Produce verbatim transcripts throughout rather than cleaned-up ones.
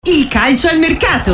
Il calcio al mercato,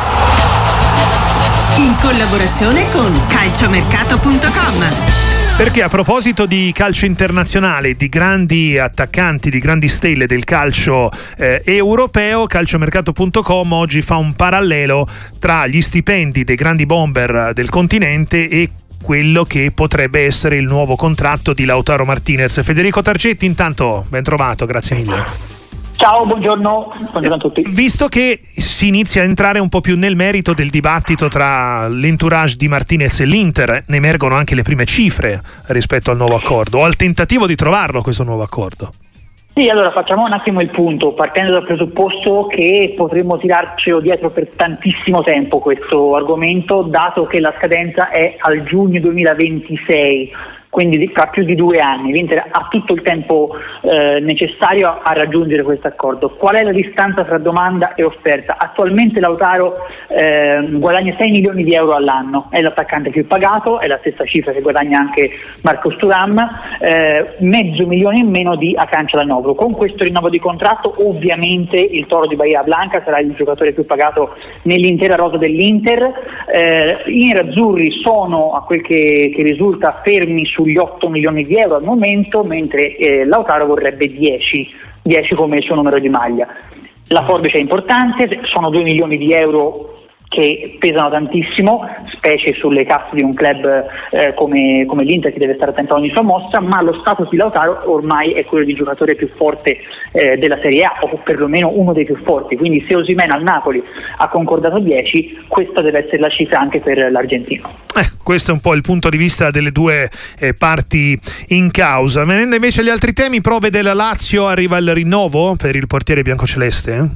in collaborazione con calciomercato punto com. Perché a proposito di calcio internazionale, di grandi attaccanti, di grandi stelle del calcio eh, europeo, calciomercato punto com oggi fa un parallelo tra gli stipendi dei grandi bomber del continente e quello che potrebbe essere il nuovo contratto di Lautaro Martinez. Federico Targetti, intanto ben trovato, grazie mille. Ciao, buongiorno, buongiorno a tutti. Visto che si inizia a entrare un po' più nel merito del dibattito tra l'entourage di Martinez e l'Inter, ne emergono anche le prime cifre rispetto al nuovo accordo, o al tentativo di trovarlo questo nuovo accordo. Sì, allora facciamo un attimo il punto, partendo dal presupposto che potremmo tirarcelo dietro per tantissimo tempo questo argomento, dato che la scadenza è al giugno duemilaventisei. Quindi fra più di due anni l'Inter ha tutto il tempo eh, necessario a raggiungere questo accordo. Qual è la distanza tra domanda e offerta? Attualmente Lautaro eh, guadagna sei milioni di euro all'anno, è l'attaccante più pagato, è la stessa cifra che guadagna anche Marcos Thuram, eh, mezzo milione in meno di Akan Çalhanoğlu. Con questo rinnovo di contratto ovviamente il Toro di Bahia Blanca sarà il giocatore più pagato nell'intera rosa dell'Inter. Eh, I nerazzurri sono, a quel che, che risulta, fermi sugli otto milioni di euro al momento, mentre eh, Lautaro vorrebbe dieci come il suo numero di maglia. La forbice è importante, sono due milioni di euro che pesano tantissimo, specie sulle casse di un club eh, come, come l'Inter, che deve stare attento a ogni sua mossa, ma lo status di Lautaro ormai è quello di giocatore più forte eh, della Serie A, o perlomeno uno dei più forti, quindi se Osimhen al Napoli ha concordato dieci, questa deve essere la cifra anche per l'argentino. Eh, questo è un po' il punto di vista delle due eh, parti in causa. Venendo invece agli altri temi, prove della Lazio, arriva il rinnovo per il portiere biancoceleste? Eh?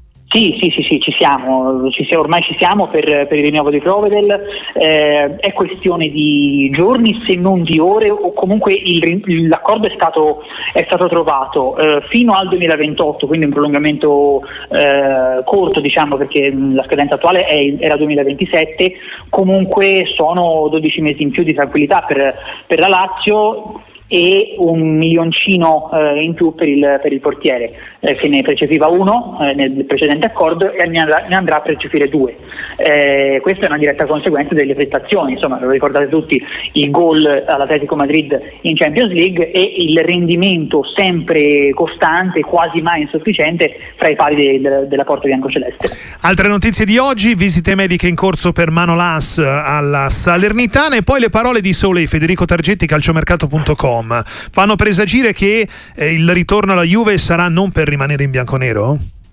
Sì, sì, sì, sì, ci siamo, ci siamo, ormai ci siamo per, per il rinnovo di Provedel, eh, è questione di giorni se non di ore, o comunque il, l'accordo è stato, è stato trovato eh, fino al duemilaventotto, quindi un prolungamento eh, corto, diciamo, perché la scadenza attuale è, era duemilaventisette, comunque sono dodici mesi in più di tranquillità per, per la Lazio, e un milioncino eh, in più per il, per il portiere, eh, che ne percepiva uno eh, nel precedente accordo e ne andrà, ne andrà a percepire due. Eh, questa è una diretta conseguenza delle prestazioni, insomma, lo ricordate tutti, il gol all'Atletico Madrid in Champions League e il rendimento sempre costante, quasi mai insufficiente, fra i pali de, de, della porta biancoceleste. Altre notizie di oggi: visite mediche in corso per Manolas alla Salernitana, e poi le parole di Sole Federico Targetti, calciomercato punto com fanno presagire che eh, il ritorno alla Juve sarà non per rimanere in bianconero?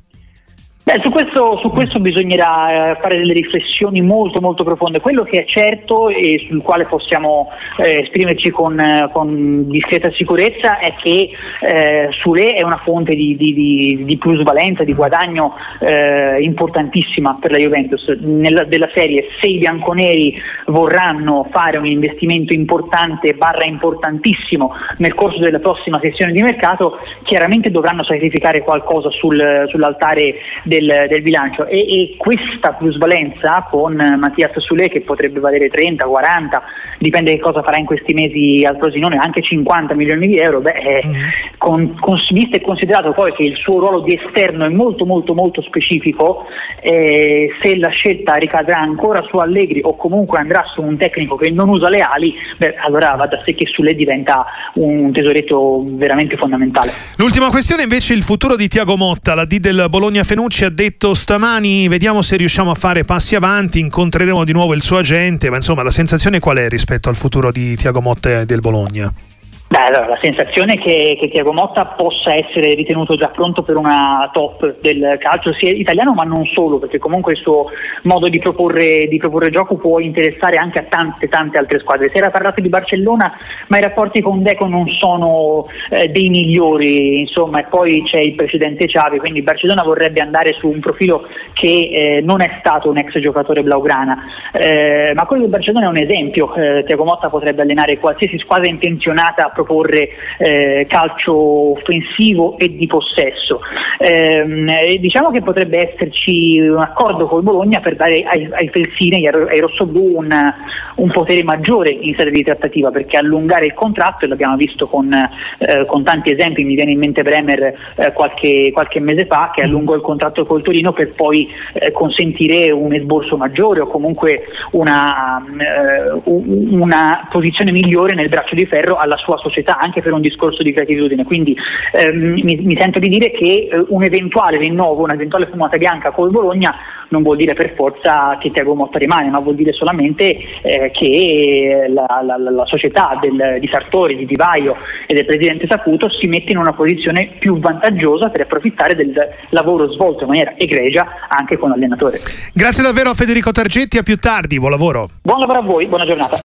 Beh, su questo, su questo bisognerà eh, fare delle riflessioni molto molto profonde. Quello che è certo e sul quale possiamo eh, esprimerci con, eh, con discreta sicurezza è che eh, Sule è una fonte di, di, di, di plusvalenza, di guadagno eh, importantissima per la Juventus. Nella, della serie, se i bianconeri vorranno fare un investimento importante barra importantissimo nel corso della prossima sessione di mercato, chiaramente dovranno sacrificare qualcosa sul, sull'altare Del, del bilancio, e, e questa plusvalenza con Mattias Sule, che potrebbe valere trenta, quaranta, dipende che cosa farà in questi mesi al Frosinone, anche cinquanta milioni di euro, beh, mm. con, con, visto e considerato poi che il suo ruolo di esterno è molto molto molto specifico, eh, se la scelta ricadrà ancora su Allegri o comunque andrà su un tecnico che non usa le ali, beh, allora va da sé che Sule diventa un tesoretto veramente fondamentale. L'ultima questione invece è il futuro di Thiago Motta. La D del Bologna Fenucci ha detto stamani: vediamo se riusciamo a fare passi avanti, incontreremo di nuovo il suo agente, ma insomma la sensazione qual è rispetto al futuro di Thiago Motta e del Bologna? Beh, allora, la sensazione è che, che Thiago Motta possa essere ritenuto già pronto per una top del calcio sia italiano, ma non solo, perché comunque il suo modo di proporre, di proporre gioco può interessare anche a tante tante altre squadre. Si era parlato di Barcellona, ma i rapporti con Deco non sono eh, dei migliori, insomma, e poi c'è il precedente Xavi, quindi Barcellona vorrebbe andare su un profilo che eh, non è stato un ex giocatore blaugrana, eh, ma quello del Barcellona è un esempio. eh, Thiago Motta potrebbe allenare qualsiasi squadra intenzionata a proporre eh, calcio offensivo e di possesso. Ehm, e diciamo che potrebbe esserci un accordo col Bologna per dare ai, ai Felsini, ai, ai rossoblù, un, un potere maggiore in sede di trattativa, perché allungare il contratto, e l'abbiamo visto con, eh, con tanti esempi, mi viene in mente Bremer eh, qualche, qualche mese fa, che allungò il contratto col Torino per poi eh, consentire un esborso maggiore o comunque una, eh, una posizione migliore nel braccio di ferro alla sua società, anche per un discorso di gratitudine. Quindi ehm, mi, mi sento di dire che eh, un eventuale rinnovo, un'eventuale fumata bianca col Bologna non vuol dire per forza che Thiago Motta rimane, ma vuol dire solamente eh, che la, la, la società del, di Sartori, di Di Vaio e del presidente Saputo si mette in una posizione più vantaggiosa per approfittare del lavoro svolto in maniera egregia anche con l'allenatore. Grazie davvero a Federico Targetti, a più tardi, buon lavoro. Buon lavoro a voi, buona giornata.